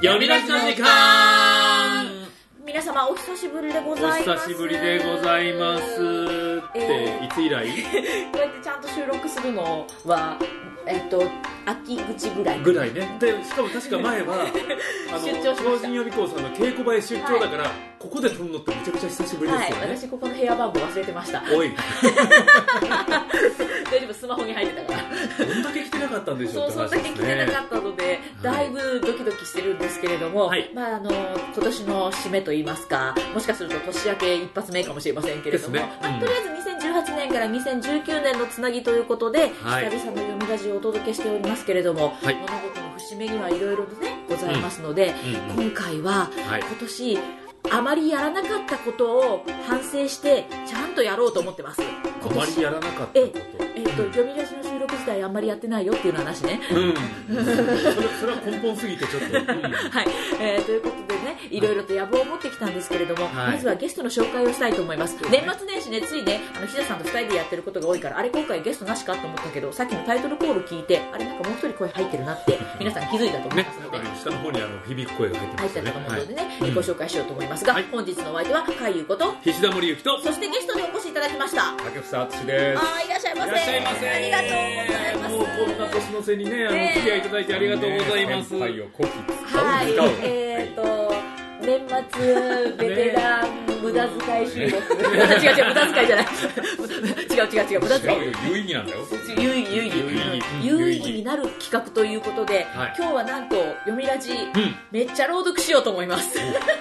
読み出しの時間。 皆様お久しぶりでございます。 お久しぶりでございますっていつ以来？ こうやってちゃんと収録するのは秋口ぐらいね。でしかも確か前は出張しました。 超人予備校さんの稽古場へ出張だから、ここで撮るのってめちゃくちゃ久しぶりですよね。 私ここの部屋番号忘れてました。 おい大丈夫、スマホに入ってたからどんだけ来てなかったんでしょうって話ですね。 そんだけ来てなかったので、だいぶドキドキしてるんですけれども、今年の締めといいますか、もしかすると年明け一発目かもしれませんけれども、とりあえず2018年から2019年のつなぎということで、久々の読みラジオをお届けしておりますけれども、物事の節目にはいろいろとねございますので、今回は今年あまりやらなかったことを反省してちゃんとやろうと思ってます。 あまりやらなかったこと、 読み出しの収録自体あんまりやってないよっていう話ね。 それは根本すぎてちょっと、 はい、ということでね、いろいろと野望を持ってきたんですけれども、まずはゲストの紹介をしたいと思います。年末年始ね、ついね、ひださんと2人でやってることが多いから、あれ今回ゲストなしかと思ったけど、さっきのタイトルコール聞いて、あれなんかもう一人声入ってるなって皆さん気づいたと思いますので、 下の方に響く声が入ってましたね。 入ってたと思うのでね、ご紹介しようと思いますが、本日のお相手は海優こと菱田森ゆきと、 そしてゲストにお越しいただきました竹房敦です。 いらっしゃいませ。 いらっしゃいませ。 ありがとうございます。 もうこんな年の瀬にね、お付き合いいただいてありがとうございます。 はい、年末ベテラン無駄遣い収録違う無駄遣いじゃない違う無駄遣い有意義なんだよ。 有意義になる企画ということで、今日はなんと読みラジ、めっちゃ朗読しようと思います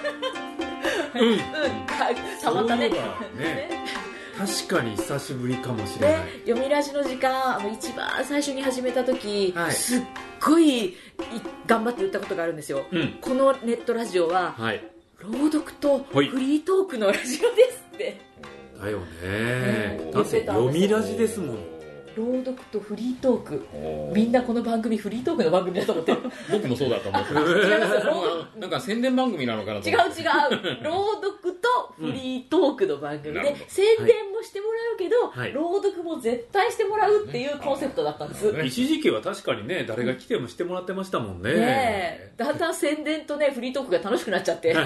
たまったね。 確かに久しぶりかもしれない。 読みラジの時間、一番最初に始めた時、すっごい頑張って言ったことがあるんですよ。このネットラジオは、朗読とフリートークのラジオですって。 だよね。だって読みラジですもん。 朗読とフリートーク、みんなこの番組フリートークの番組だと思ってる。 僕もそうだと思ってなんか宣伝番組なのかなと思って。違う朗読とフリートークの番組で、宣伝もしてもらうけど、朗読も絶対してもらうっていうコンセプトだったんです。 一時期は確かにね、誰が来てもしてもらってましたもんね。 だんだん宣伝とねフリートークが楽しくなっちゃって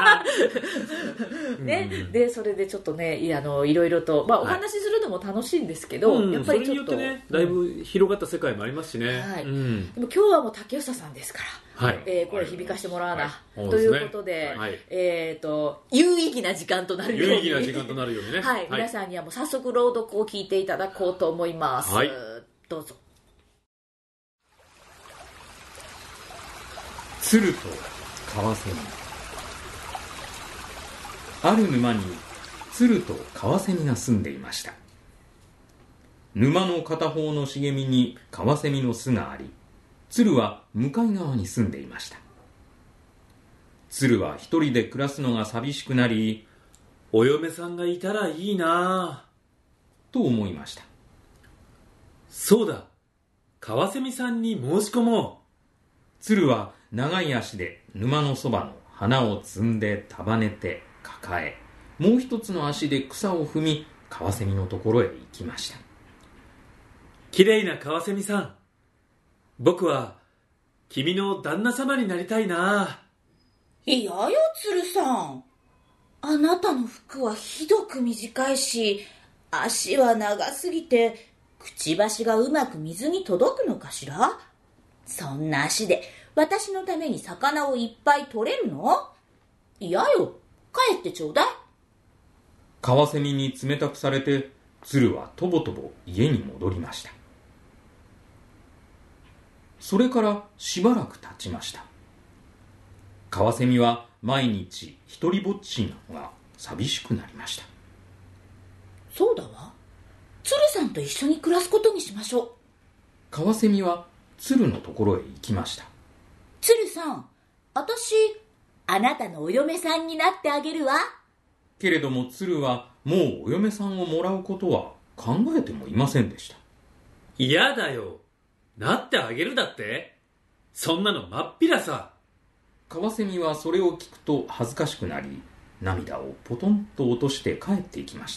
でそれでちょっとね、いろいろと、お話しするのも楽しいんですけど、やっぱりちょっとね、だいぶ広がった世界もありますしね。 でも今日はもう竹房さんですから、声響かしてもらわな、ということで、有意義な時間となるように、ね、皆さんにはもう早速朗読を聞いていただこうと思います。どうぞ。 鶴とカワセミ。ある沼に鶴とカワセミが住んでいました。沼の片方の茂みにカワセミの巣があり、鶴は向かい側に住んでいました。鶴は一人で暮らすのが寂しくなり、 お嫁さんがいたらいいなぁと思いました。 そうだ、カワセミさんに申し込もう。 鶴は長い足で沼のそばの花を摘んで束ねて抱え、もう一つの足で草を踏み、カワセミのところへ行きました。 きれいなカワセミさん、僕は君の旦那様になりたいな。 いやよ、鶴さん。あなたの服はひどく短いし、足は長すぎて、くちばしがうまく水に届くのかしら？そんな足で私のために魚をいっぱい取れるの？いやよ、帰ってちょうだい。 カワセミに冷たくされて、鶴はとぼとぼ家に戻りました。それからしばらく経ちました。カワセミは毎日一人ぼっちなのが寂しくなりました。 そうだわ。鶴さんと一緒に暮らすことにしましょう。 カワセミは鶴のところへ行きました。 鶴さん、私、あなたのお嫁さんになってあげるわ。 けれども鶴はもうお嫁さんをもらうことは考えてもいませんでした。 嫌だよ。なってあげるだって？そんなのまっぴらさ。 カワセミはそれを聞くと恥ずかしくなり、涙をポトンと落として帰っていきました。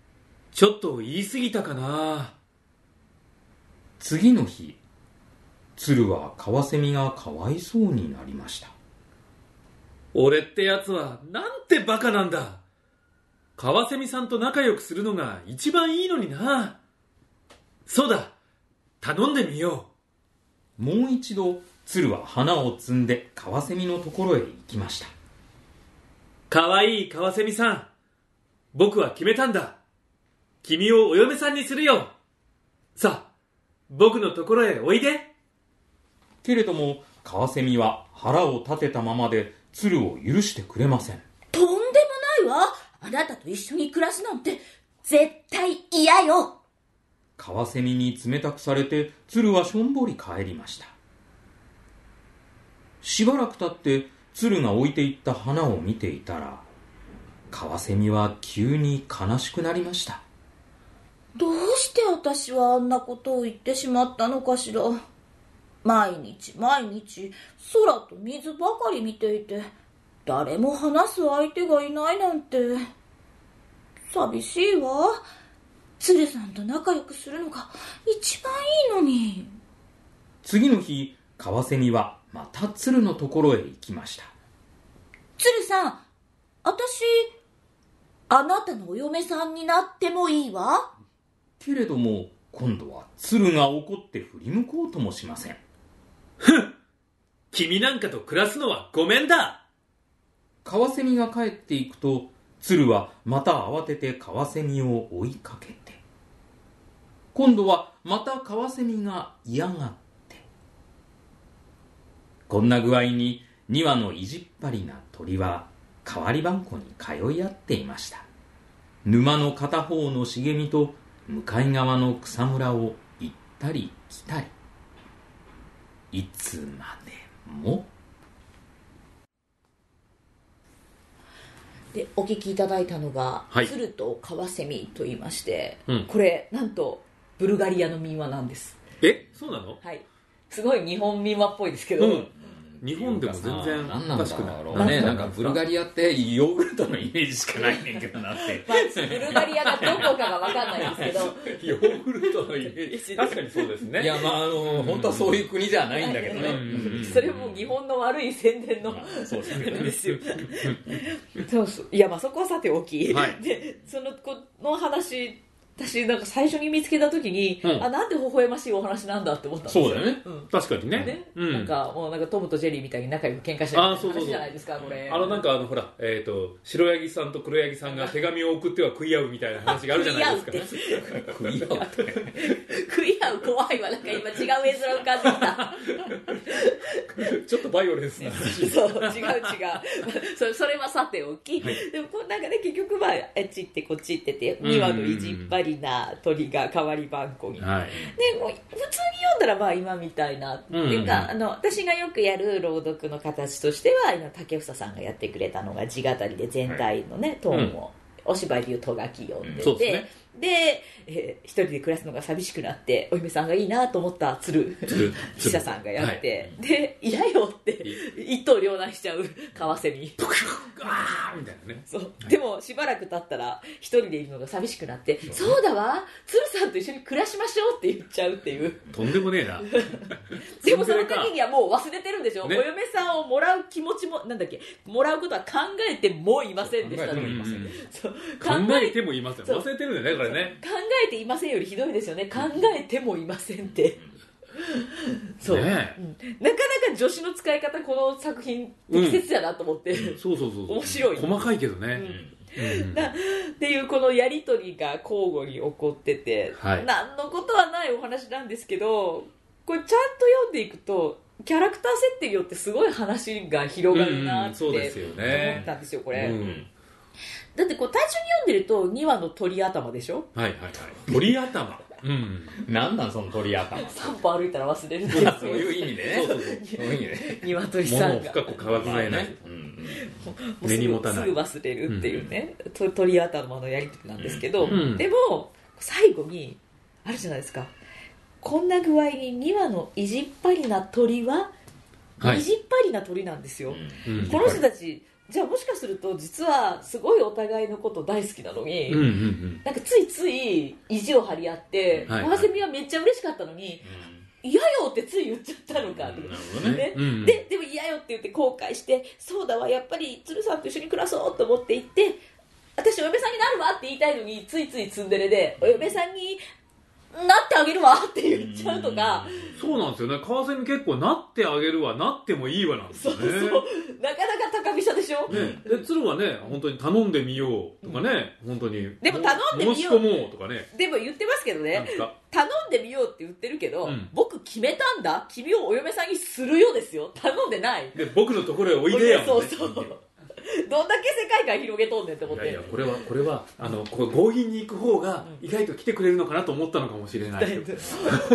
ちょっと言い過ぎたかな。 次の日、 鶴はカワセミがかわいそうになりました。 俺ってやつはなんてバカなんだ。カワセミさんと仲良くするのが一番いいのにな。そうだ、頼んでみよう。もう一度鶴は花を摘んでカワセミのところへ行きました。 かわいいカワセミさん、僕は決めたんだ。君をお嫁さんにするよ。さあ、僕のところへおいで。 けれどもカワセミは腹を立てたままで鶴を許してくれません。 とんでもないわ。あなたと一緒に暮らすなんて絶対嫌よ。 カワセミに冷たくされて鶴はしょんぼり帰りました。しばらく経って鶴が置いていった花を見ていたら、カワセミは急に悲しくなりました。 どうして私はあんなことを言ってしまったのかしら。毎日毎日空と水ばかり見ていて、誰も話す相手がいないなんて寂しいわ。鶴さんと仲良くするのが一番いいのに。 次の日、カワセミはまた鶴のところへ行きました。 鶴さん、私あなたのお嫁さんになってもいいわ。 けれども今度は鶴が怒って振り向こうともしません。 ふん、君なんかと暮らすのはごめんだ。 カワセミが帰っていくと、鶴はまた慌ててカワセミを追いかけて、今度はまたカワセミが嫌がって、こんな具合に2羽の意地っ張りな鳥は代わりばんこに通い合っていました。沼の片方の茂みと向かい側の草むらを行ったり来たり、いつまでも。 でお聞きいただいたのが、 はい、 鶴とカワセミと言いまして、 うん、 これなんとブルガリアの民話なんです。 そうなの？ はい、すごい日本民話っぽいですけど、 日本でも全然おかしくない。 ね、なんかブルガリアってヨーグルトのイメージしかないねんけどなって、 まあ、ブルガリアがどこかが分かんないんですけどヨーグルトのイメージ確かにそうですね。 いや、まあ本当はそういう国じゃないんだけどね、 それも日本の悪い宣伝の、 そうですよそうそう、いや、まあそこはさておき、 はい、 でこの話、私なんか最初に見つけた時に、なんて微笑ましいお話なんだって思ったんですよ。 そうだよね、確かにね、 なんかもうなんかトムとジェリーみたいに仲良く喧嘩してる話じゃないですか。これなんかほら、白ヤギさんと黒ヤギさんが手紙を送っては食い合うみたいな話があるじゃないですか。 食い合う食い合う怖いわ。なんか今違う絵面浮かんできたちょっとバイオレンスな話。 そう、違うそれはさておき、はい、でもなんかね、結局はあっち行ってこっち行ってて、2羽の意地っ張りな鳥が代わり番号に、はい、でもう普通に読んだらまあ今みたいな、っていうか私がよくやる朗読の形としては、今竹房さんがやってくれたのが字語りで全体のね、トーンを、お芝居でいうとがき読んでて、で、一人で暮らすのが寂しくなってお嫁さんがいいなと思った鶴記者さんがやって、はい、で嫌よって一刀両断しちゃうカワセミみたいなね。そう、でもしばらく経ったら一人でいるのが寂しくなって、そうだわ、鶴さんと一緒に暮らしましょうって言っちゃうっていう。 とんでもねえなでもその時にはもう忘れてるんでしょ、ね、お嫁さんをもらう気持ちも、なんだっけ、もらうことは考えてもいませんでしたね。 考えてもいません。忘れてるんだよね、これね。 考えていませんよりひどいですよね。考えてもいませんってそう、ね、なかなか助詞の使い方、この作品適切だなと思って、 そう面白い、 細かいけどね、 っていうこのやり取りが交互に起こってて、はい、何のことはないお話なんですけど、これちゃんと読んでいくとキャラクター設定によってすごい話が広がるなって思ったんですよ、これ。だってこう単純に読んでると2羽の鳥頭でしょ。 はいはいはい。鳥頭。 なんなんその鳥頭。 散歩歩いたら忘れるんですよ。そういう意味でね。そういう意味で。 鶏さんが。 物を深く乾かない。 根に持たない。すぐ忘れるっていうね、鳥頭のやり取りなんですけど、でも最後にあるじゃないですか。こんな具合に2羽の意地っ張りな鳥は、意地っ張りな鳥なんですよ。この人たち。じゃあもしかすると実はすごいお互いのこと大好きなのに、なんかついつい意地を張り合って、カワセミはめっちゃ嬉しかったのに、 嫌よってつい言っちゃったのかとか、ね、でも嫌よって言って後悔して、そうだわ、やっぱり鶴さんと一緒に暮らそうと思って行って、私お嫁さんになるわって言いたいのについついツンデレでお嫁さんになってあげるわって言っちゃうとか。 そうなんですよね。カワセミ結構なってあげるわ、なってもいいわなんですよね。 そうそう、なかなか高飛車でしょ、 ね、で鶴はね本当に頼んでみようとかね、本当にでも頼んでみよう、 申し込もうとかね。 でも言ってますけどね、頼んでみようって言ってるけど、僕決めたんだ、君をお嫁さんにするよですよ、頼んでない。 で僕のところへおいでやもんね。 そうそうどんだけ世界観広げとんねんって思って。 いやいや、これは強引に行く方が意外と来てくれるのかなと思ったのかもしれないです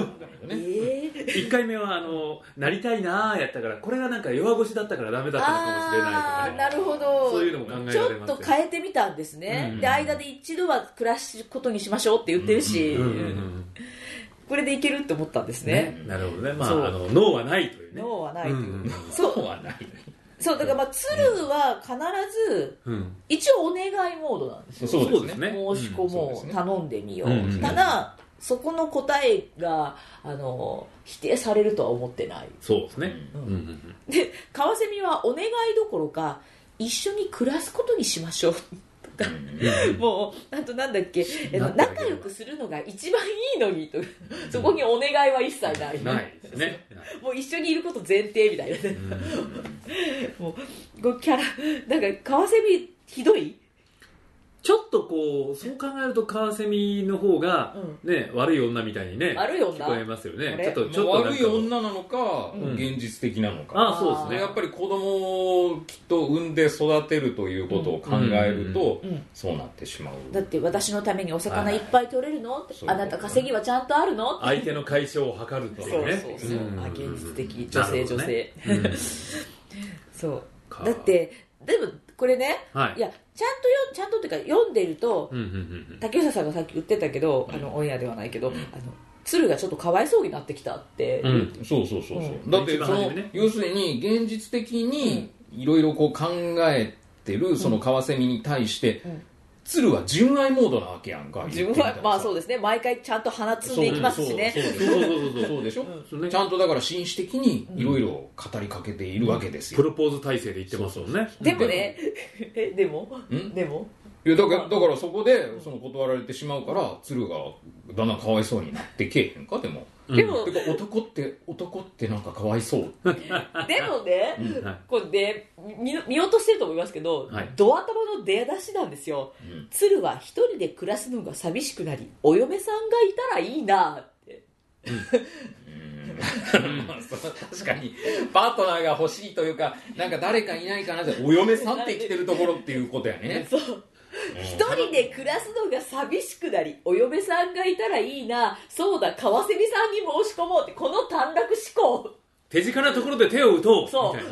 1回目はなりたいなーやったから、これがなんか弱腰だったからダメだったのかもしれないとかね。 なるほど、 そういうのも考えられますよ。 ちょっと変えてみたんですね、で間で一度は暮らすことにしましょうって言ってるし、これでいけるって思ったんですね。 なるほどね。まあ脳はないというね。 脳はないという。そうはない。そうだから鶴は必ず、一応お願いモードなんですよ。 そうですね。 申し込もう、頼んでみよう。ただそこの答えが否定されるとは思ってない。 そうですね。 でカワセミはお願いどころか一緒に暮らすことにしましょう。もうあとなんだっけ、仲良くするのが一番いいのにと、そこにお願いは一切ない。 ないですね。 もう一緒にいること前提みたいなね。もうキャラなんかカワセミひどい。 ちょっとこうそう考えるとカワセミの方がね、悪い女みたいにね聞こえますよね。 ちょっと悪い女なのか、現実的なのか。 そうですね。 やっぱり子供をきっと産んで育てるということを考えると、そうなってしまう。 だって私のためにお魚いっぱい取れるの？あなた稼ぎはちゃんとあるの？ 相手の解消を図るっていうね。 そう現実的女性。そうだってでもこれね、いやちゃんとっていうか読んでると、竹下さんがさっき言ってたけど、オンエアではないけど、鶴がちょっとかわいそうになってきたって。 そう、だって要するに現実的にいろいろこう考えてるそのカワセミに対して、鶴は純愛モードなわけやんか。 純愛、まあそうですね、毎回ちゃんと鼻つんでいきますしね。 そうでしょ。ちゃんとだから紳士的にいろいろ語りかけているわけですよ。 プロポーズ体制で言ってますもんね。 でもね、でもいやだからそこでその断られてしまうから鶴がだんだんかわいそうになってけえへんか。でも男ってなんかかわいそう。 でもね、これで見落としてると思いますけど、ドア頭の出だしなんですよ。鶴は一人で暮らすのが寂しくなり、お嫁さんがいたらいいなって。 確かにパートナーが欲しいというか、なんか誰かいないかなって、お嫁さんって来てるところっていうことやね。 そう、一人で暮らすのが寂しくなり、お嫁さんがいたらいいな、そうだカワセミさんに申し込もうって、この短絡思考、 手近なところで手を打とう。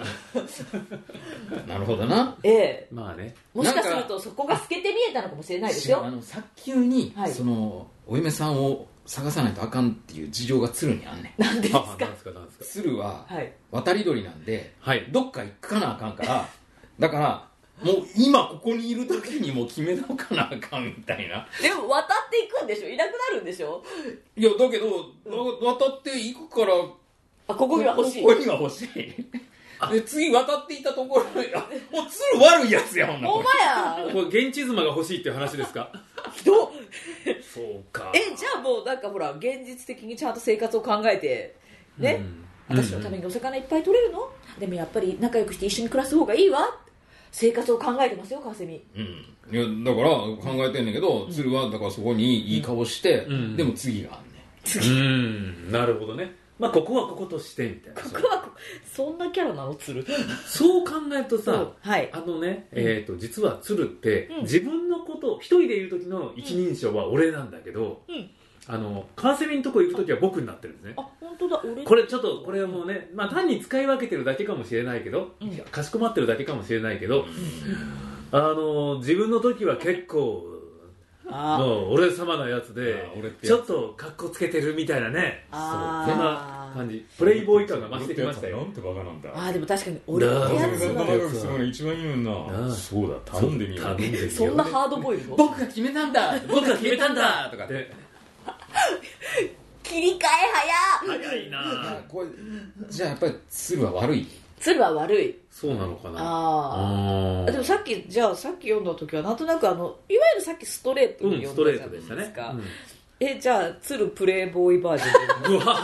そうなるほどな。 まあね、 もしかするとそこが透けて見えたのかもしれないですよ。 早急に、そのお嫁さんを探さないとあかんっていう事情が鶴にあんねん。 なんでですか。 鶴は渡り鳥なんで、どっか行かなあかんから、だからもう今ここにいる時にもう決めとかなあかんみたいな。 でも渡っていくんでしょ、いなくなるんでしょ。 いやだけど、渡っていくから、 ここには欲しい。 ここには欲しい。で次渡っていったところ、もう鶴悪いやつやほんな。 お前や。 これ現地妻が欲しいっていう話ですか。 どう。 そうか。 じゃあもうなんかほら現実的にちゃんと生活を考えてね、私のためにお魚いっぱい取れるの？でもやっぱり仲良くして一緒に暮らす方がいいわ。生活を考えてますよカワセミ。 いやだから考えてんねんけど、鶴はだからそこにいい顔して、でも次があんねん。 なるほどね。まあここはこことしてみたいな。 ここはそんなキャラなの鶴。 そう考えるとさ、実は鶴って自分のこと一人でいる時の一人称は俺なんだけど、カワセミのとこ行く時は僕になってるんですね。 あ、本当だ。俺これちょっとこれはもうね、まあ単に使い分けてるだけかもしれないけど、かしこまってるだけかもしれないけど、自分の時は結構もう俺様のやつでちょっとカッコつけてるみたいなね、そんな感じ、プレイボーイ感が増してきましたよ。 なんてバカなんだ。 でも確かに俺ってやつは一番いいもんな。そうだ、頼んでみよう。 そんなハードボイルド。 僕が決めたんだ、僕が決めたんだとかって切り替え早いな。 これじゃあやっぱり鶴は悪い。 鶴は悪い。 そうなのかな。 でもさっき読んだ時はなんとなくいわゆるさっきストレートに読んだじゃないですか。じゃあ鶴プレイボーイバージョンで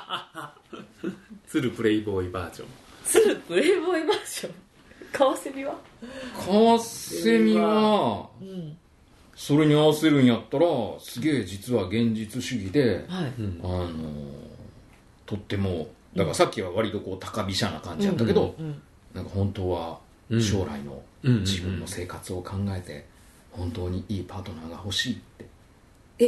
鶴プレイボーイバージョン。 鶴プレイボーイバージョン。カワセミはそれに合わせるんやったらすげえ実は現実主義で、 はい、 とってもだからさっきは割とこう高飛車な感じやったけど、なんか本当は将来の自分の生活を考えて本当にいいパートナーが欲しいって。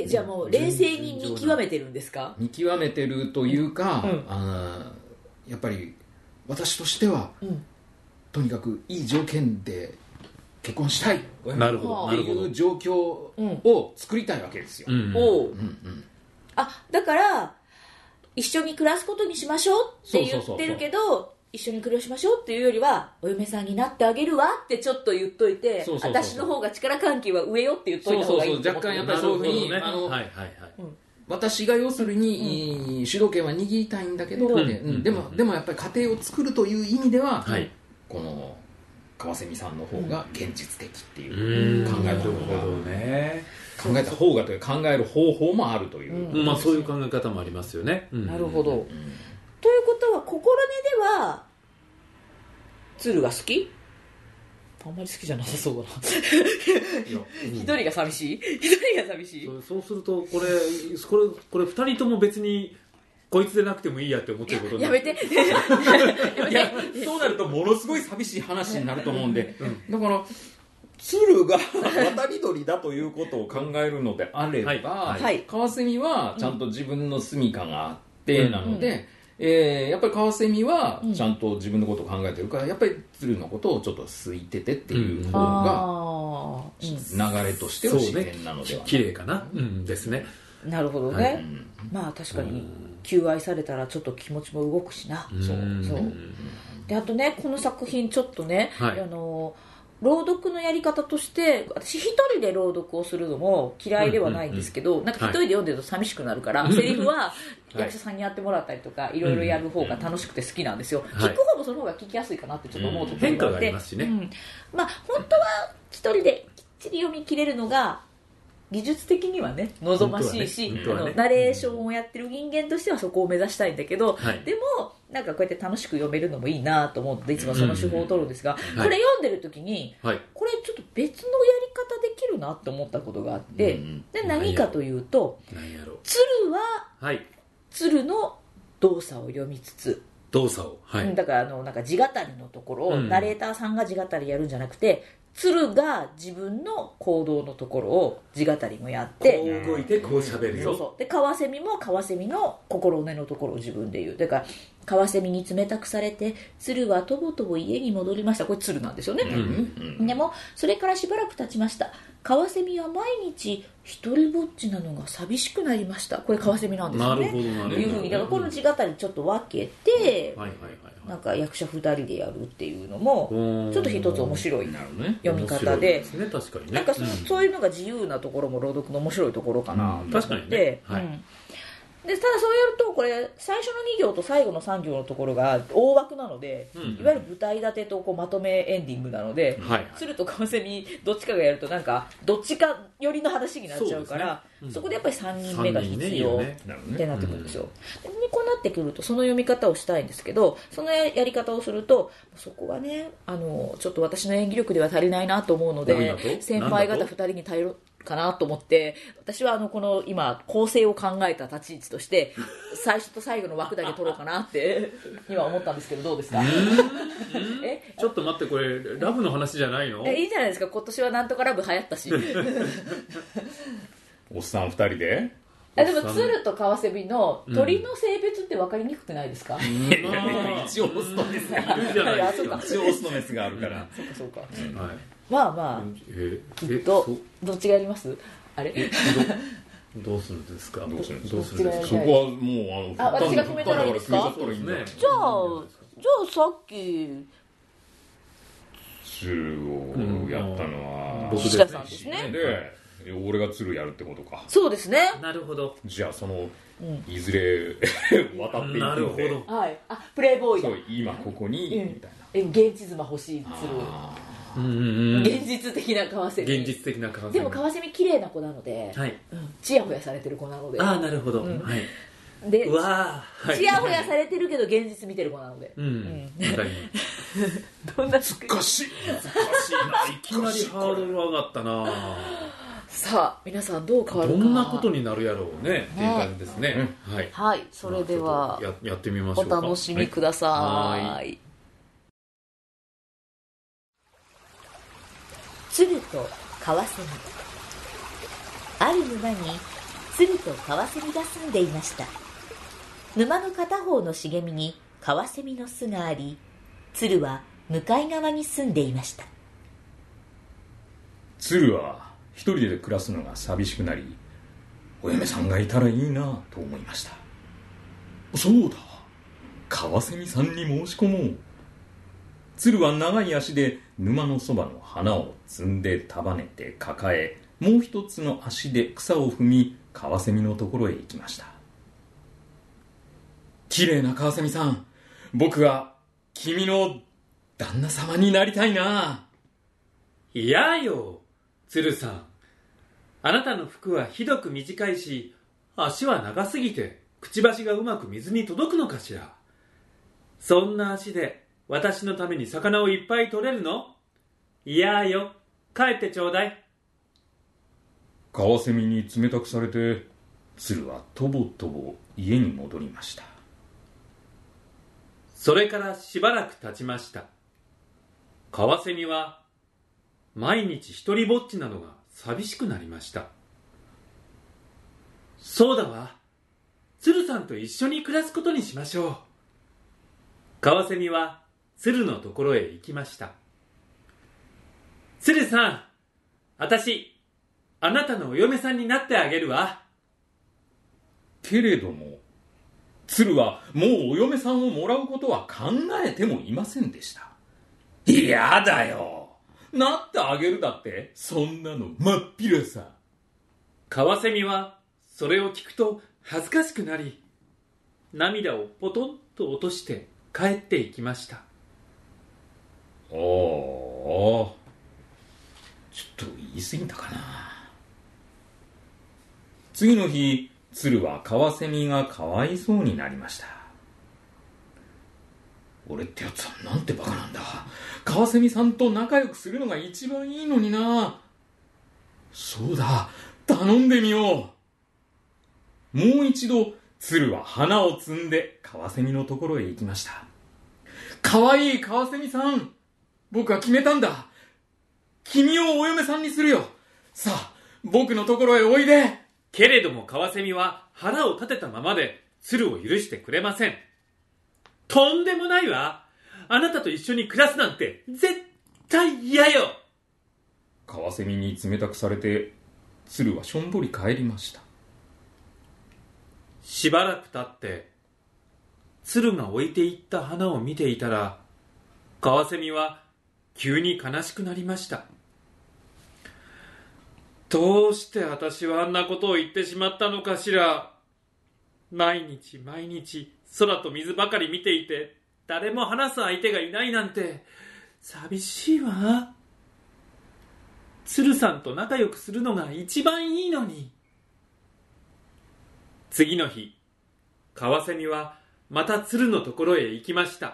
じゃあもう冷静に見極めてるんですか？ 見極めてるというか、やっぱり私としては、とにかくいい条件で結婚したいなるほどっていう状況を作りたいわけですよ。 だから一緒に暮らすことにしましょうって言ってるけど、一緒に暮らしましょうっていうよりはお嫁さんになってあげるわってちょっと言っといて、私の方が力関係は上よって言っといた方がいいって思って。 若干やっぱりそういうふうに私が要するに主導権は握りたいんだけど、でもやっぱり家庭を作るという意味では、この川蝉さんの方が現実的っていう考えた方が、考えた方がというか考える方法もあるという、 そういう考え方もありますよね。 なるほど。ということは心根では鶴が好き？あんまり好きじゃなさそうだな。一人が寂しい。 そうするとこれ2人とも別にこいつでなくてもいいやって思ってることになる。 やめて。 いやそうなるとものすごい寂しい話になると思うんで、だから鶴が渡り鳥だということを考えるのであれば、カワセミはちゃんと自分の住処があってなので、やっぱりカワセミはちゃんと自分のことを考えてるから、やっぱり鶴のことをちょっと好いててっていう方が流れとしては自然なのではない。 綺麗かな、ですね。 なるほどね。まあ確かに求愛されたらちょっと気持ちも動くしな。そうで、あとね、この作品ちょっとね、朗読のやり方として、私一人で朗読をするのも嫌いではないんですけど、なんか一人で読んでると寂しくなるから、セリフは役者さんにやってもらったりとかいろいろやる方が楽しくて好きなんですよ。聞く方もその方が聞きやすいかなってちょっと思うところがあって、 変化がありますしね。 まあ本当は一人できっちり読み切れるのが技術的にはね望ましいし、ナレーションをやってる人間としてはそこを目指したいんだけど、でもなんかこうやって楽しく読めるのもいいなと思っていつもその手法を取るんですが、これ読んでる時に、これちょっと別のやり方できるなと思ったことがあって、で何かというと、鶴は鶴の動作を読みつつ、だからなんか字語りのところをナレーターさんが字語りやるんじゃなくて、鶴が自分の行動のところを字語りもやって、 こう動いてこう喋るよ。 でカワセミもカワセミの心根のところを自分で言う。だからカワセミに冷たくされて鶴はとぼとぼ家に戻りました。これ鶴なんですよね。でもそれからしばらく経ちました。カワセミは毎日一人ぼっちなのが寂しくなりました。これカワセミなんですよね。いうふうにだからこの字語りちょっと分けて、なんか役者2人でやるっていうのもちょっと一つ面白い読み方で、なんかそういうのが自由なところも朗読の面白いところかなと思って、でただそうやるとこれ最初の2行と最後の3行のところが大枠なので、いわゆる舞台立てとこうまとめエンディングなので、鶴とカワセミどっちかがやるとなんかどっちか寄りの話になっちゃうから、そこでやっぱり3人目が必要ってなってくるんですよ。でこうなってくるとその読み方をしたいんですけど、そのやり方をするとそこはねちょっと私の演技力では足りないなと思うので、先輩方2人に頼るかなと思って、私はこの今構成を考えた立ち位置として最初と最後の枠だけ取ろうかなって今思ったんですけど、どうですか？ ちょっと待って、これラブの話じゃないの？ いいじゃないですか。今年はなんとかラブ流行ったしおっさん2人ででも鶴とカワセミの鳥の性別って分かりにくくないですか？ 一応オスとメスがあるから一応オスとメスがあるから、 そうか、まあまあどっちがやります？あれどうするんですか？そこはもう私が決めたらいいですか？じゃあさっき鶴をやったのは岸田さんですね。 俺が鶴やるってことか。 そうですね。 なるほど。 じゃあいずれ渡っていくなるので、 ほど。 はい。プレイボーイだ。 そう今ここに、みたいな。 現実妻欲しい鶴。現実的なカワセミ。 現実的なカワセミ。 でもカワセミ綺麗な子なので、 はい。 チヤホヤされてる子なので。 なるほど。はい。 で、チヤホヤされてるけど現実見てる子なので。どんな難しいな。 いきなりハードル上がったな。 さあ皆さんどう変わるか。 どんなことになるやろうねっていう感じですね。 はい。それではやってみましょうか。 お楽しみください。鶴とカワセミ。ある沼に鶴とカワセミが住んでいました。沼の片方の茂みにカワセミの巣があり、鶴は向かい側に住んでいました。 鶴は一人で暮らすのが寂しくなり、お嫁さんがいたらいいなと思いました。そうだ、カワセミさんに申し込もう。鶴は長い足で沼のそばの花を摘んで束ねて抱え、もう一つの足で草を踏み、カワセミのところへ行きました。綺麗なカワセミさん、僕は君の旦那様になりたいな。 いやよ、鶴さん。あなたの服はひどく短いし、足は長すぎてくちばしがうまく水に届くのかしら。そんな足で私のために魚をいっぱい取れるの？いやよ、帰ってちょうだい。 カワセミに冷たくされて、鶴はとぼとぼ家に戻りました。 それからしばらく経ちました。カワセミは毎日一人ぼっちなのが寂しくなりました。そうだわ、鶴さんと一緒に暮らすことにしましょう。カワセミは鶴のところへ行きました。鶴さん、私、あなたのお嫁さんになってあげるわ。 けれども、鶴はもうお嫁さんをもらうことは考えてもいませんでした。嫌だよ。なってあげるだって、そんなの真っ平さ。 カワセミはそれを聞くと恥ずかしくなり、涙をポトンと落として帰っていきました。 ちょっと言い過ぎたかな。次の日、鶴はカワセミがかわいそうになりました。俺ってやつはなんてバカなんだ。カワセミさんと仲良くするのが一番いいのにな。そうだ、頼んでみよう。もう一度鶴は花を摘んでカワセミのところへ行きました。かわいいカワセミさん、僕は決めたんだ。君をお嫁さんにするよ。さあ、僕のところへおいで。 けれどもカワセミは腹を立てたままで鶴を許してくれません。とんでもないわ。あなたと一緒に暮らすなんて絶対嫌よ。 カワセミに冷たくされて、鶴はしょんぼり帰りました。 しばらく経って鶴が置いていった花を見ていたら、カワセミは急に悲しくなりました。どうして私はあんなことを言ってしまったのかしら。毎日毎日空と水ばかり見ていて、誰も話す相手がいないなんて寂しいわ。鶴さんと仲良くするのが一番いいのに。次の日、カワセミはまた鶴のところへ行きました。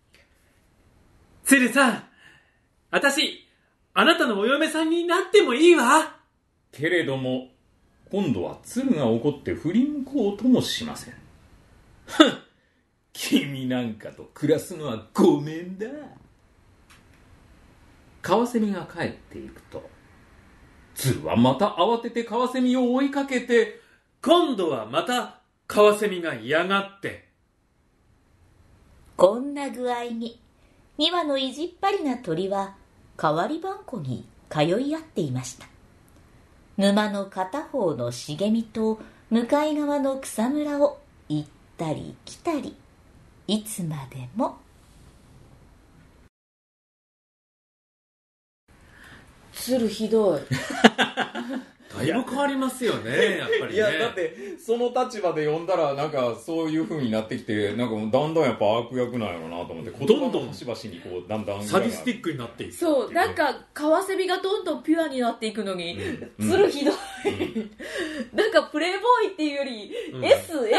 鶴さん、私、あなたのお嫁さんになってもいいわ。 けれども、今度は鶴が怒って振り向こうともしません。ふん、君なんかと暮らすのはごめんだ。カワセミが帰っていくと、鶴はまた慌ててカワセミを追いかけて、 今度はまたカワセミが嫌がって、 こんな具合に2羽の意地っ張りな鳥は代わりばんこに通い合っていました。沼の片方の茂みと向かい側の草むらを行ったり来たり、いつまでも。 鶴ひどい。 だいぶ変わりますよね、やっぱりね。 いや、だって、その立場で読んだら、なんか、そういう風になってきて、なんかもうだんだんやっぱ悪役なんやろうなと思って、 どんどん端々にこう、だんだん。 サディスティックになっていく。 そう、なんか、カワセミがどんどんピュアになっていくのに、鶴ひどい。なんか、プレイボーイっていうより、S、ド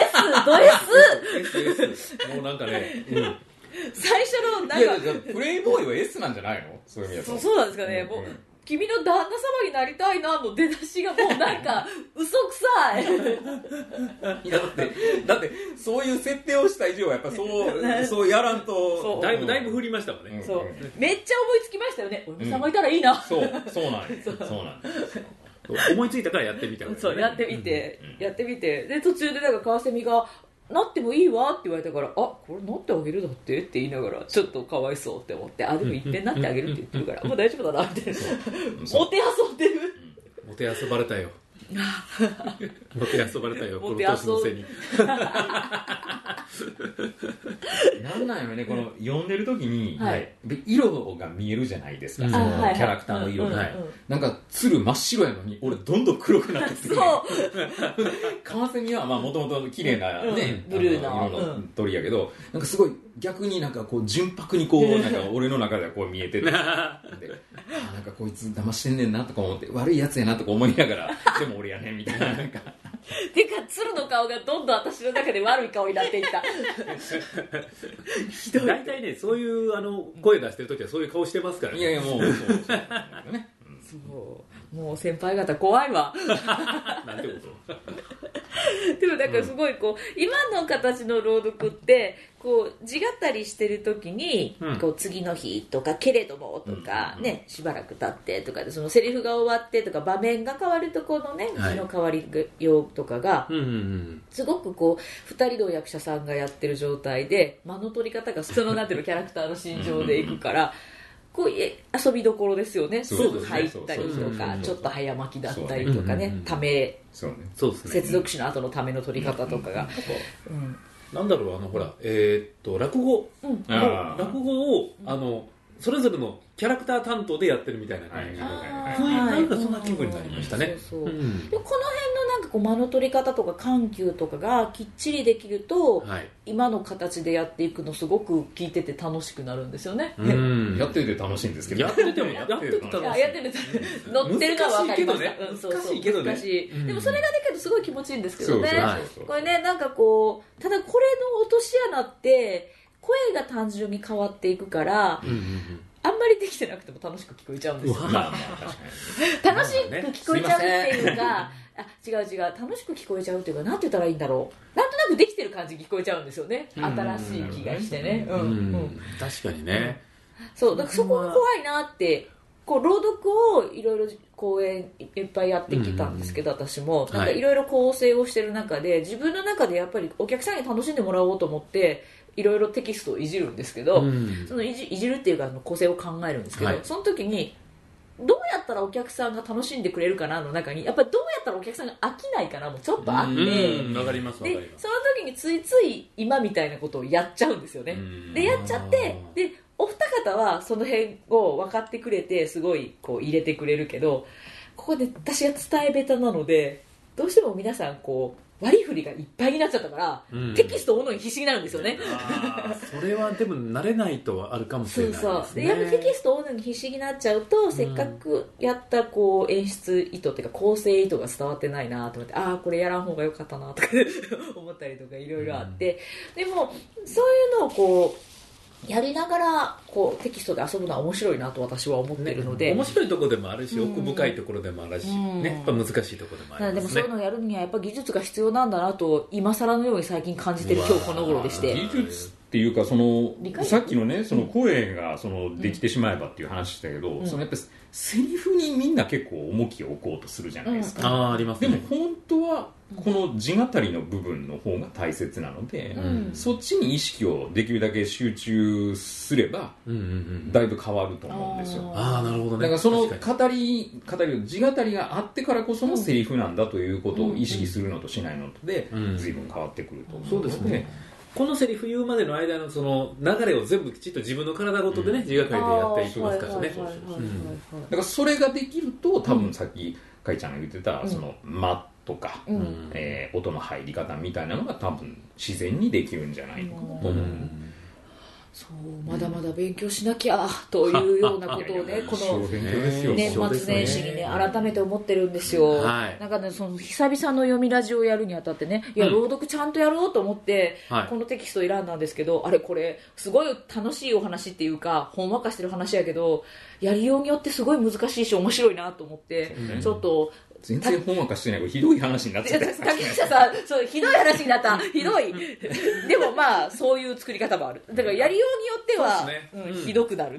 S。もうなんかね、 最初の、なんか。 いや、プレイボーイは S なんじゃないの？そういう意味だと。 そうなんですかね。もう君の旦那様になりたいなの出だしがもうなんか嘘くさい。 いやだってそういう設定をした以上はやっぱそうやらんとだいぶ振りましたもんね。 そうめっちゃ思いつきましたよね。お嫁さんがいたらいいな。 そうなんです思いついたからやってみた。 そうやってみてで途中でなんか川蝉がなってもいいわって言われたから、これなってあげるだってって言いながらちょっとかわいそうって思って、でも一遍なってあげるって言ってるからもう大丈夫だなってもて遊んでる。 もて遊ばれたよ。もて遊ばれたよ、この年のせいに。 なんなんやろね、この読んでる時に、色が見えるじゃないですか、そのキャラクターの色が。なんか鶴真っ白やのに俺どんどん黒くなってくる。カワセミはもともと綺麗なね、 ブルー色の鳥やけど、なんかすごい逆になんかこう純白にこうなんか俺の中ではこう見えてて、なんかこいつ騙してんねんなとか思って、悪いやつやなとか思いながら、でも俺やねんみたいな。なんかてか鶴の顔がどんどん私の中で悪い顔になっていった。 ひどい。大体ね、そういう声出してる時はそういう顔してますからね。 いやいやもうね。 もう先輩方怖いわ。 なんてことでもだからすごいこう、今の形の朗読ってこう字語りしてる時に、こう次の日とかけれどもとかね、しばらく経ってとかでそのセリフが終わってとか場面が変わるとこのね字の変わりようとかがすごくこう2人の役者さんがやってる状態で間の取り方がそのなんていうのキャラクターの心情でいくからこう遊びどころですよね。すぐ入ったりとかちょっと早巻きだったりとかね、ため接続詞の後のための取り方とかが、 なんだろうほら落語をそれぞれのキャラクター担当でやってるみたいな感じで、なんかそんな気分になりましたね。 でこの辺のなんかこう間の取り方とか緩急とかがきっちりできると、今の形でやっていくのすごく聞いてて楽しくなるんですよね。 やってて楽しいんですけど、 やってて楽しい。 乗ってるのは分かりました。 難しいけどね。 でもそれができるとすごい気持ちいいんですけどね。これね、なんかこうただこれの落とし穴って声が単純に変わっていくから、あんまりできてなくても楽しく聞こえちゃうんですよ。楽しく聞こえちゃうっていうか、違う楽しく聞こえちゃうっていうか、なんて言ったらいいんだろう、なんとなくできてる感じに聞こえちゃうんですよね。新しい気がしてね。 確かにね。 そうだからそこが怖いなって。こう朗読をいろいろ公演いっぱいやってきたんですけど、私もなんかいろいろ構成をしてる中で、自分の中でやっぱりお客さんに楽しんでもらおうと思っていろいろテキストをいじるんですけど、そのいじるっていうか構成を考えるんですけど、その時にどうやったらお客さんが楽しんでくれるかなの中に、やっぱりどうやったらお客さんが飽きないかなもちょっとあって、 わかります。 でその時についつい今みたいなことをやっちゃうんですよね。でやっちゃって、でお二方はその辺を分かってくれてすごいこう入れてくれるけど、ここで私が伝え下手なのでどうしても皆さんこう割り振りがいっぱいになっちゃったから、テキストを追うのに必死になるんですよね。 それはでも慣れないとはあるかもしれないですね。 そうでやっぱテキストを追うのに必死になっちゃうと、せっかくやったこう演出意図っていうか構成意図が伝わってないなと思って、これやらん方がよかったなとか思ったりとかいろいろあって、でもそういうのをこうやりながらこうテキストで遊ぶのは面白いなと私は思っているので、 面白いところでもあるし、奥深いところでもあるし、やっぱ難しいところでもありますね。 でもそういうのをやるにはやっぱ技術が必要なんだなと今更のように最近感じてる今日この頃でして、 技術っていうかさっきのねその声ができてしまえばっていう話したけど、そのやっぱセリフにみんな結構重きを置こうとするじゃないですか。 ありますね。 でも本当はこの字語りの部分の方が大切なので、そっちに意識をできるだけ集中すればだいぶ変わると思うんですよ。 なるほどね。 だからその語り字語りがあってからこそのセリフなんだということを意識するのとしないのとで随分変わってくると思うので、 このセリフ言うまでの間のその流れを全部きちっと自分の体ごとでね、字がかりでやっていきますからね。だからそれができると多分さっきかいちゃんが言ってたその間とか、音の入り方みたいなのが多分自然にできるんじゃないのかなと思う。 そうまだまだ勉強しなきゃというようなことをねこの年末年始にね改めて思ってるんですよ。なんかねその久々の読みラジオをやるにあたってねいや朗読ちゃんとやろうと思ってこのテキストを選んだんですけど、あれこれすごい楽しいお話っていうかほんわかしてる話やけどやりようによってすごい難しいし面白いなと思ってちょっと全然ほんわかしてないひどい話になっちゃった。 竹下さんそうひどい話になったひどいでもまあそういう作り方もある。だからやりようによっては、ひどくなる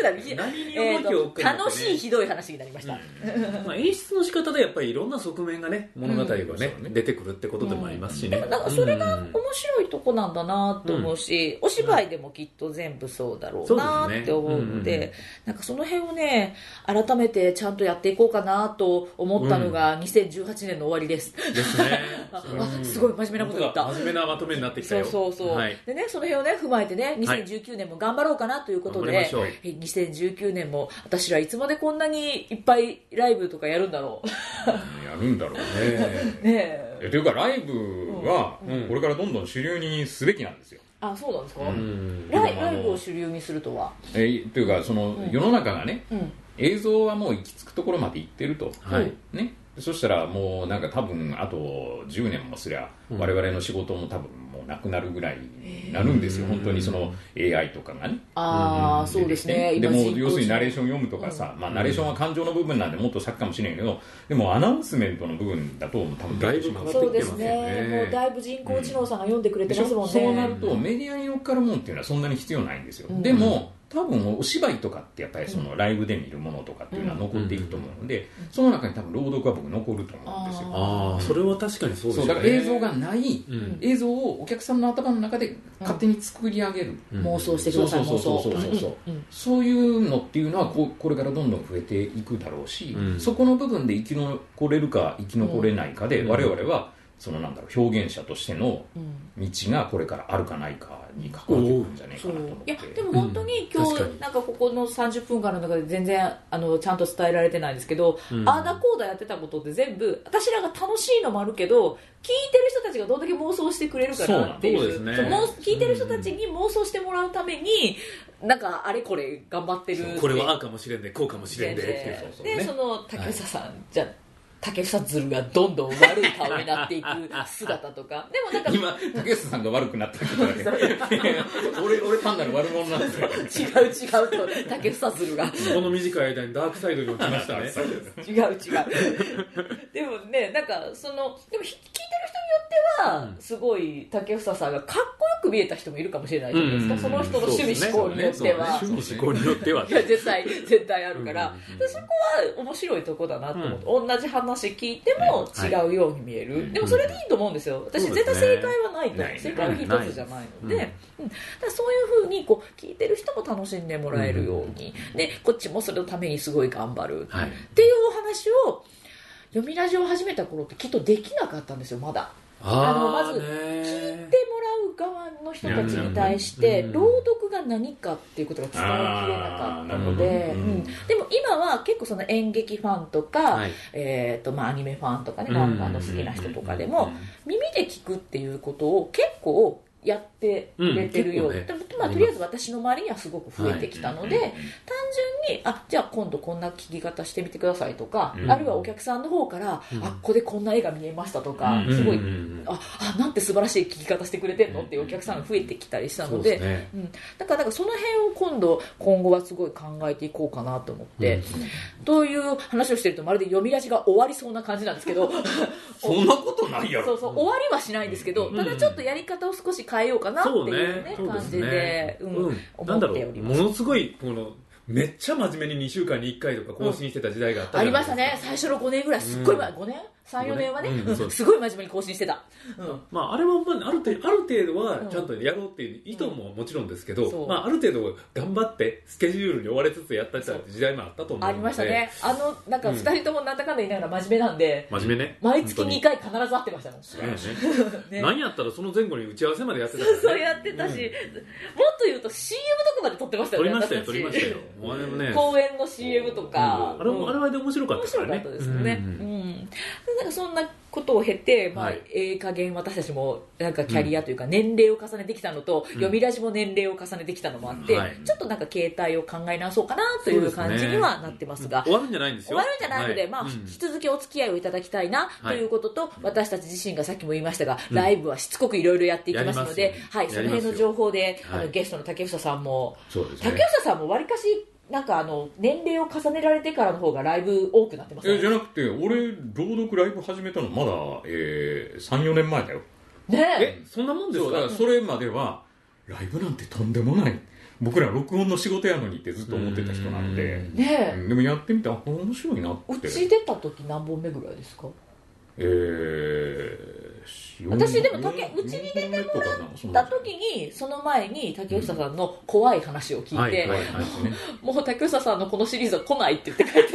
楽しいひどい話になりました。 まあ演出の仕方でやっぱりいろんな側面がね物語がね、出てくるってことでもありますしね。 だからそれが面白いとこなんだなと思うし、お芝居でもきっと全部そうだろうなって思うので、なんかその辺をね改めてちゃんとやっていこうかなと思ったのが2018年の終わりです。 ですね。 すごい真面目なこと言った。 真面目なまとめになってきたよ。 そうでねその辺をね踏まえてね2019年も頑張ろうかなということで、2019年も私らいつまでこんなにいっぱいライブとかやるんだろう。 やるんだろうね。というかライブはこれからどんどん主流にすべきなんですよ。 あ、そうなんですか。ライブを主流にするとはというかその世の中がね、映像はもう行き着くところまで行ってると、ね、そしたらもうなんか多分あと10年もすりゃ我々の仕事も多分もうなくなるぐらいになるんですよ。本当にその AI とかがね。 そうですね。 でも要するにナレーション読むとかさ、まあナレーションは感情の部分なんでもっと先かもしれんけど、でもアナウンスメントの部分だと多分だいぶ変わってそうですね。もうだいぶ人工知能さんが読んでくれてますもんね。 そうなるとメディアに乗っかるもんっていうのはそんなに必要ないんですよ。でも多分お芝居とかってやっぱりそのライブで見るものとかっていうのは残っていくと思うので、その中に多分朗読は僕残ると思うんですよ。 それは確かにそうですよね。 だから映像がない、映像をお客さんの頭の中で勝手に作り上げる、 妄想してください。 そういうのっていうのはこれからどんどん増えていくだろうし、そこの部分で生き残れるか生き残れないかで、我々はそのなんだろう表現者としての道がこれからあるかないかに関わってくるんじゃないかなと思って。 いやでも本当に今日なんかここの30分間の中で全然ちゃんと伝えられてないんですけど、あーだこーだやってたことって全部私らが楽しいのもあるけど聞いてる人たちがどんだけ妄想してくれるかなっていう、聞いてる人たちに妄想してもらうためになんかあれこれ頑張ってる。 これはああかもしれんでこうかもしれんででその竹下さんじゃ竹下鶴がどんどん悪い顔になっていく姿とかでもなんか今竹下さんが悪くなっていくからね俺単なる悪者なんですよ。 違うと竹下鶴がこの短い間にダークサイドに落ちましたね。 違うでもねなんかでも聞いてる人によってはすごい竹下さんがかっこよく見えた人もいるかもしれないじゃないですか。その人の趣味思考によっては趣味思考によってはいや絶対あるからそこは面白いとこだなと思って同じ話聞いても違うように見える、でもそれでいいと思うんですよ。私絶対正解はないと思う。正解は一つじゃないので、だからそういうふうにこう聞いてる人も楽しんでもらえるように、でこっちもそれのためにすごい頑張るっていうお話を読みラジオを始めた頃ってきっとできなかったんですよ。まだまず聞いてもらう側の人たちに対して朗読が何かっていうことが伝えきれなかったので、でも今は結構その演劇ファンとか、アニメファンとかね漫画の好きな人とかでも耳で聞くっていうことを結構やってくれてるようで、とりあえず私の周りにはすごく増えてきたので、単純にじゃあ今度こんな聞き方してみてくださいとか、あるいはお客さんの方からここでこんな絵が見えましたとか、すごいなんて素晴らしい聞き方してくれてんのっていうお客さんが増えてきたりしたので、だからその辺を今後はすごい考えていこうかなと思って、という話をしてるとまるで読みラジが終わりそうな感じなんですけどそんなことないやろ。 終わりはしないんですけど、ただちょっとやり方を少し変えようかなっていうね感じで思っております。 ものすごいこのめっちゃ真面目に2週間に1回とか更新してた時代があったじゃないですか。 ありましたね。最初の5年ぐらいすっごい前、5年3、4年はね、すごい真面目に更新してた。 まあ、あれは、ある程度はちゃんとやろうっていう意図ももちろんですけど、まあ、ある程度頑張ってスケジュールに追われつつやったって時代もあったと思うので。 ありましたね。なんか2人ともなんだかんだ言いながら真面目なんで、 真面目ね。 毎月2回必ず会ってましたもん。 何やったらその前後に打ち合わせまでやってたからね。 そうやってたし、もっと言うと CM とかまで撮ってましたよね。 撮りましたよ。あれもね。 公演の CM とか。 あれはで面白かったからね。 面白かったですよね。なんかそんなことを経て、まあ、加減私たちもなんかキャリアというか年齢を重ねてきたのと、読みラジも年齢を重ねてきたのもあって、ちょっとなんか形態を考え直そうかなという感じにはなってますが、 終わるんじゃないんですよ。 終わるんじゃないので、まあ、引き続きお付き合いをいただきたいなということと、私たち自身がさっきも言いましたが、ライブはしつこくいろいろやっていきますので、はい、その辺の情報でゲストの竹房さんも、竹房さんもわりかしなんか年齢を重ねられてからの方がライブ多くなってますね。 じゃなくて、俺朗読ライブ始めたのまだ、3、4年前だよ。 ねそんなもんですか。 だからそれまではライブなんてとんでもない、僕ら録音の仕事やのにってずっと思ってた人なので、でもやってみたら面白いなって。 うち出た時何本目ぐらいですか。私でもうちに出てもらった時にその前に竹房さんの怖い話を聞いて、もう竹房さんのこのシリーズは来ないって言って書いて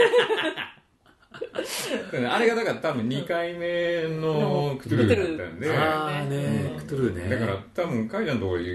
あれがだから多分2回目のクトゥルーだったんで、 クトゥルーね。 だから多分カイちゃんのところ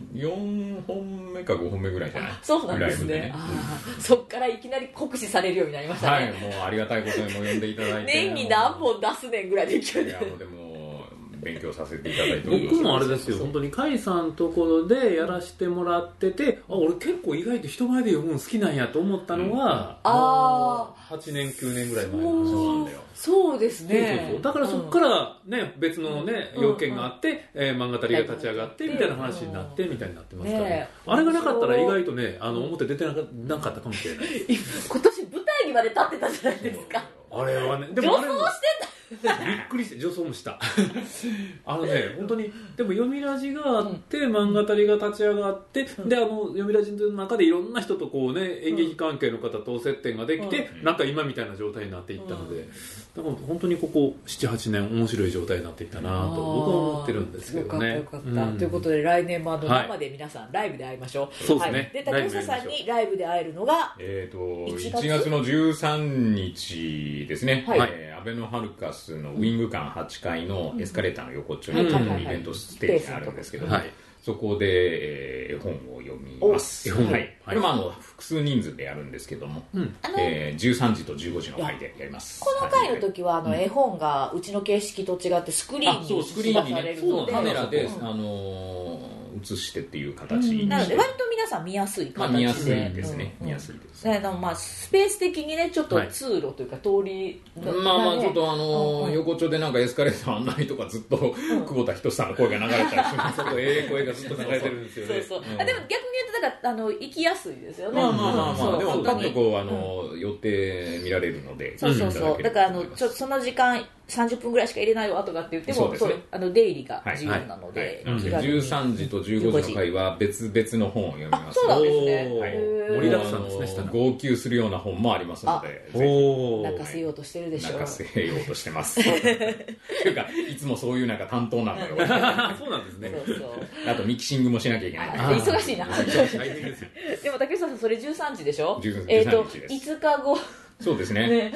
4本目か5本目ぐらいじゃない。 そうなんですね。そっからいきなり酷使されるようになりましたね。 はい、もうありがたいことにも呼んでいただいて、 年に何本出すねんぐらいで勢いで。 でも勉強させていただいております。 僕もあれですよ、本当に甲斐さんのところでやらせてもらってて、俺結構意外と人前で読むの好きなんやと思ったのが、8年9年ぐらい前の話なんだよ。 そうですね。 だからそこからね、別のね要件があって、漫画たりが立ち上がってみたいな話になってみたいになってますから、あれがなかったら意外とね、表出てなかったかもしれない。 今年舞台にまで立ってたじゃないですか。 あれはね、 でも女装してた。 びっくりして女装もした本当にでも読みラジがあって、漫画たりが立ち上がって、で読みラジの中でいろんな人とこうね演劇関係の方と接点ができて、なんか今みたいな状態になっていったので、だから本当にここ 7,8 年面白い状態になっていったなと僕は思ってるんですけどね。 よかったということで、来年も生で皆さんライブで会いましょう。 そうですね。 で竹下さんにライブで会えるのが 1月の13日ですね。アベノハルカスのウィング館8階のエスカレーターの横っちょにイベントステージがあるんですけど、そこで絵本を読みます。これも複数人数でやるんですけども、13時と15時の回でやります。 この回の時は絵本がうちの形式と違ってスクリーンに出されるので、 カメラで映してっていう形になので割と皆さん見やすい形で、 見やすいですね。見やすいです。 スペース的にねちょっと通路というか通りちょっと横丁でなんかエスカレーター案内とかずっと久保田仁さんの声が流れたりするんですけど、声がずっと流れてるんですよね。 でも逆に言うとだから行きやすいですよね。 でもパッとこう寄って見られるので、 そうだからちょっとその時間30分ぐらいしか入れないよとかって言っても、出入りが自由なので、 13時と15時の回は別々の本を読みます。 そうなんですね。 盛りだくさんですね。 号泣するような本もありますので、 泣かせようとしてるでしょう。 泣かせようとしてますというか、いつもそういうなんか担当なのでそうなんですね。 あとミキシングもしなきゃいけない。 忙しいな。でも竹下さんそれ13時でしょ。 13時です。 5日後そうですね。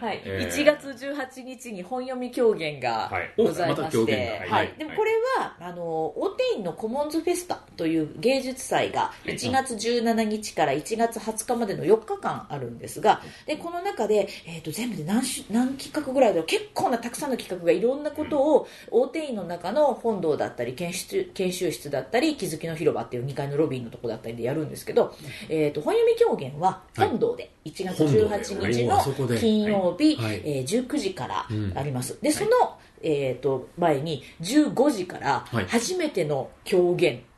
1月18日に本読み狂言がございまして、でもこれは大手院のコモンズフェスタという芸術祭が1月17日から1月20日までの4日間あるんですが、でこの中で、全部で何企画ぐらいだろう、結構なたくさんの企画がいろんなことを大手院の中の本堂だったり研修室だったり気づきの広場っていう2階のロビーのところだったりでやるんですけど、本読み狂言は本堂で1月18日の金曜日、19時からあります。でその、前に15時から初めての狂言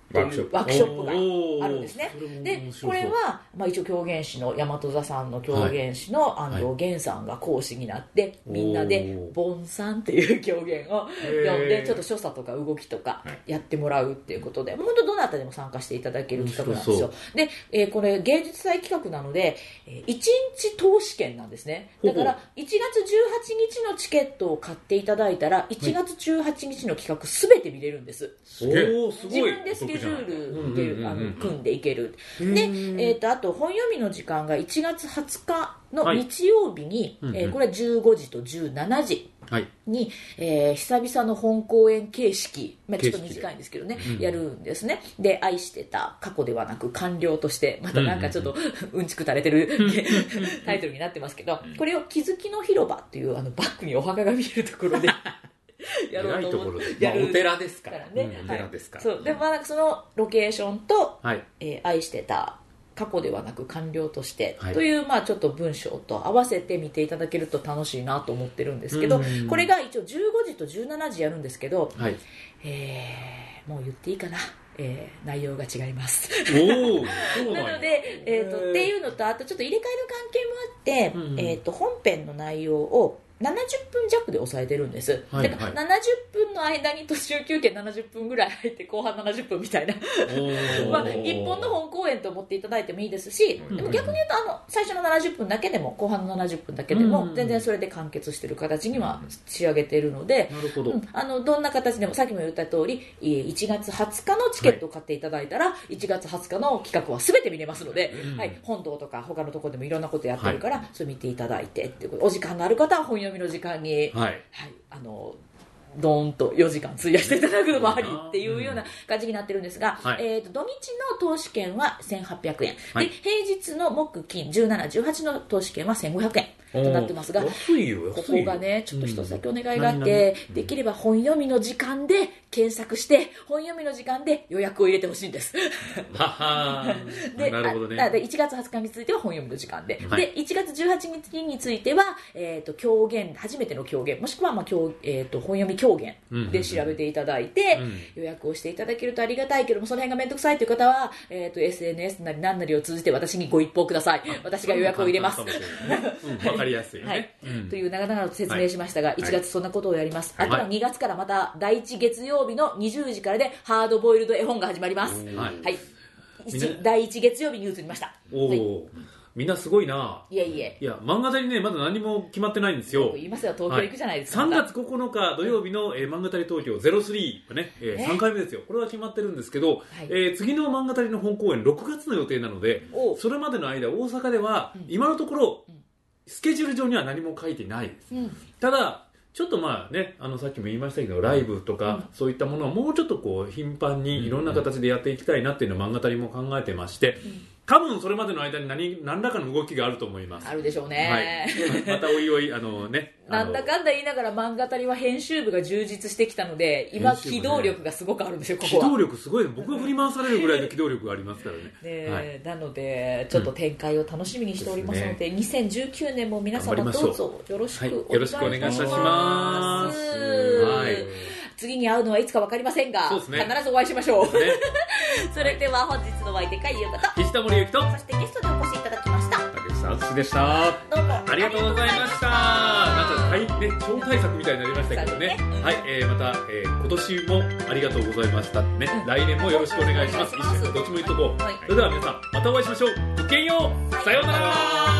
というワークショップがあるんですね。でこれは、一応狂言師の大和座さんの狂言師の安藤源さんが講師になって、みんなで盆さんっていう狂言を読んでちょっと所作とか動きとかやってもらうっていうことで、本当どなたでも参加していただける企画なんですよ。で、これ芸術祭企画なので1日投資券なんですね。だから1月18日のチケットを買っていただいたら1月18日の企画全て見れるんです。自分でスケジュールで組んでいける。で、あと本読みの時間が1月20日の日曜日に、これは15時と17時に、久々の本公演形式、ちょっと短いんですけどね、やるんですね。で、愛してた過去ではなく官僚として、またなんかちょっとうんちく垂れてるタイトルになってますけど、これを気づきの広場っていうバックにお墓が見えるところでやろうと思ってやる、 お寺ですからね。 お寺ですから。 そうで、なんかそのロケーションと、愛してた過去ではなく官僚として、というちょっと文章と合わせて見ていただけると楽しいなと思ってるんですけど、これが一応15時と17時やるんですけど、もう言っていいかな、内容が違いますなので、っていうのと、あとちょっと入れ替えの関係もあって、本編の内容を70分弱で抑えてるんです。だから70分の間に途中休憩70分ぐらい入って後半70分みたいな一本の本公演と思っていただいてもいいですし、でも逆に言うと最初の70分だけでも後半の70分だけでも全然それで完結してる形には仕上げてるので、どんな形でもさっきも言った通り1月20日のチケットを買っていただいたら1月20日の企画は全て見れますので、本堂とか他のところでもいろんなことやってるから、それ見ていただいてっていうこと、お時間のある方は本読みの時間に、ドーンと4時間費やしていただくのもありっていうような感じになってるんですが、土日の投資券は1800円、で平日の木金17、18の投資券は1500円となってますが、ここがねちょっと一つだけお願いがあって、できれば本読みの時間で検索して本読みの時間で予約を入れてほしいんですで、なるほどね。で1月20日については本読みの時間で、で1月18日については、狂言、初めての狂言もしくは、本読み狂言で調べていただいて、予約をしていただけるとありがたいけども、その辺がめんどくさいという方は、SNS なり何なりを通じて私にご一報ください。私が予約を入れますわかりやすいね、 という長々と説明しましたが、1月そんなことをやります。あとは2月からまた第1月曜日の20時からでハードボイルド絵本が始まります。第1月曜日に移りました。 みんなすごいな。 いや漫画大にねまだ何も決まってないんですよ。 言いますよ、東京行くじゃないですか。 3月9日土曜日の、漫画大東京03ね、3回目ですよ。これは決まってるんですけど、次の漫画大の本公演6月の予定なので、それまでの間大阪では、今のところ、スケジュール上には何も書いてないです、ただちょっとさっきも言いましたけどライブとか、そういったものをもうちょっとこう頻繁にいろんな形でやっていきたいなっていうのを漫画大も考えてまして、多分それまでの間に何らかの動きがあると思います。 あるでしょうね、 またおいおいなんだかんだ言いながら漫画たりは編集部が充実してきたので、今機動力がすごくあるんですよ。ここは機動力すごい、僕が振り回されるぐらいの機動力がありますからねなのでちょっと展開を楽しみにしておりますので、2019年も皆様どうぞよろしくお願いします。次に会うのはいつか分かりませんが、必ずお会いしましょうそれでは本日のお相手会優香と石田森ゆきと、 そしてゲストでお越しいただきました竹内敦でした。 どうもありがとうございました。超大作みたいになりましたけどね。また、今年もありがとうございましたね。来年もよろしくお願いします。一緒にどっちも言っとこう。それでは皆さんまたお会いしましょう。ごきげんよう。さようなら。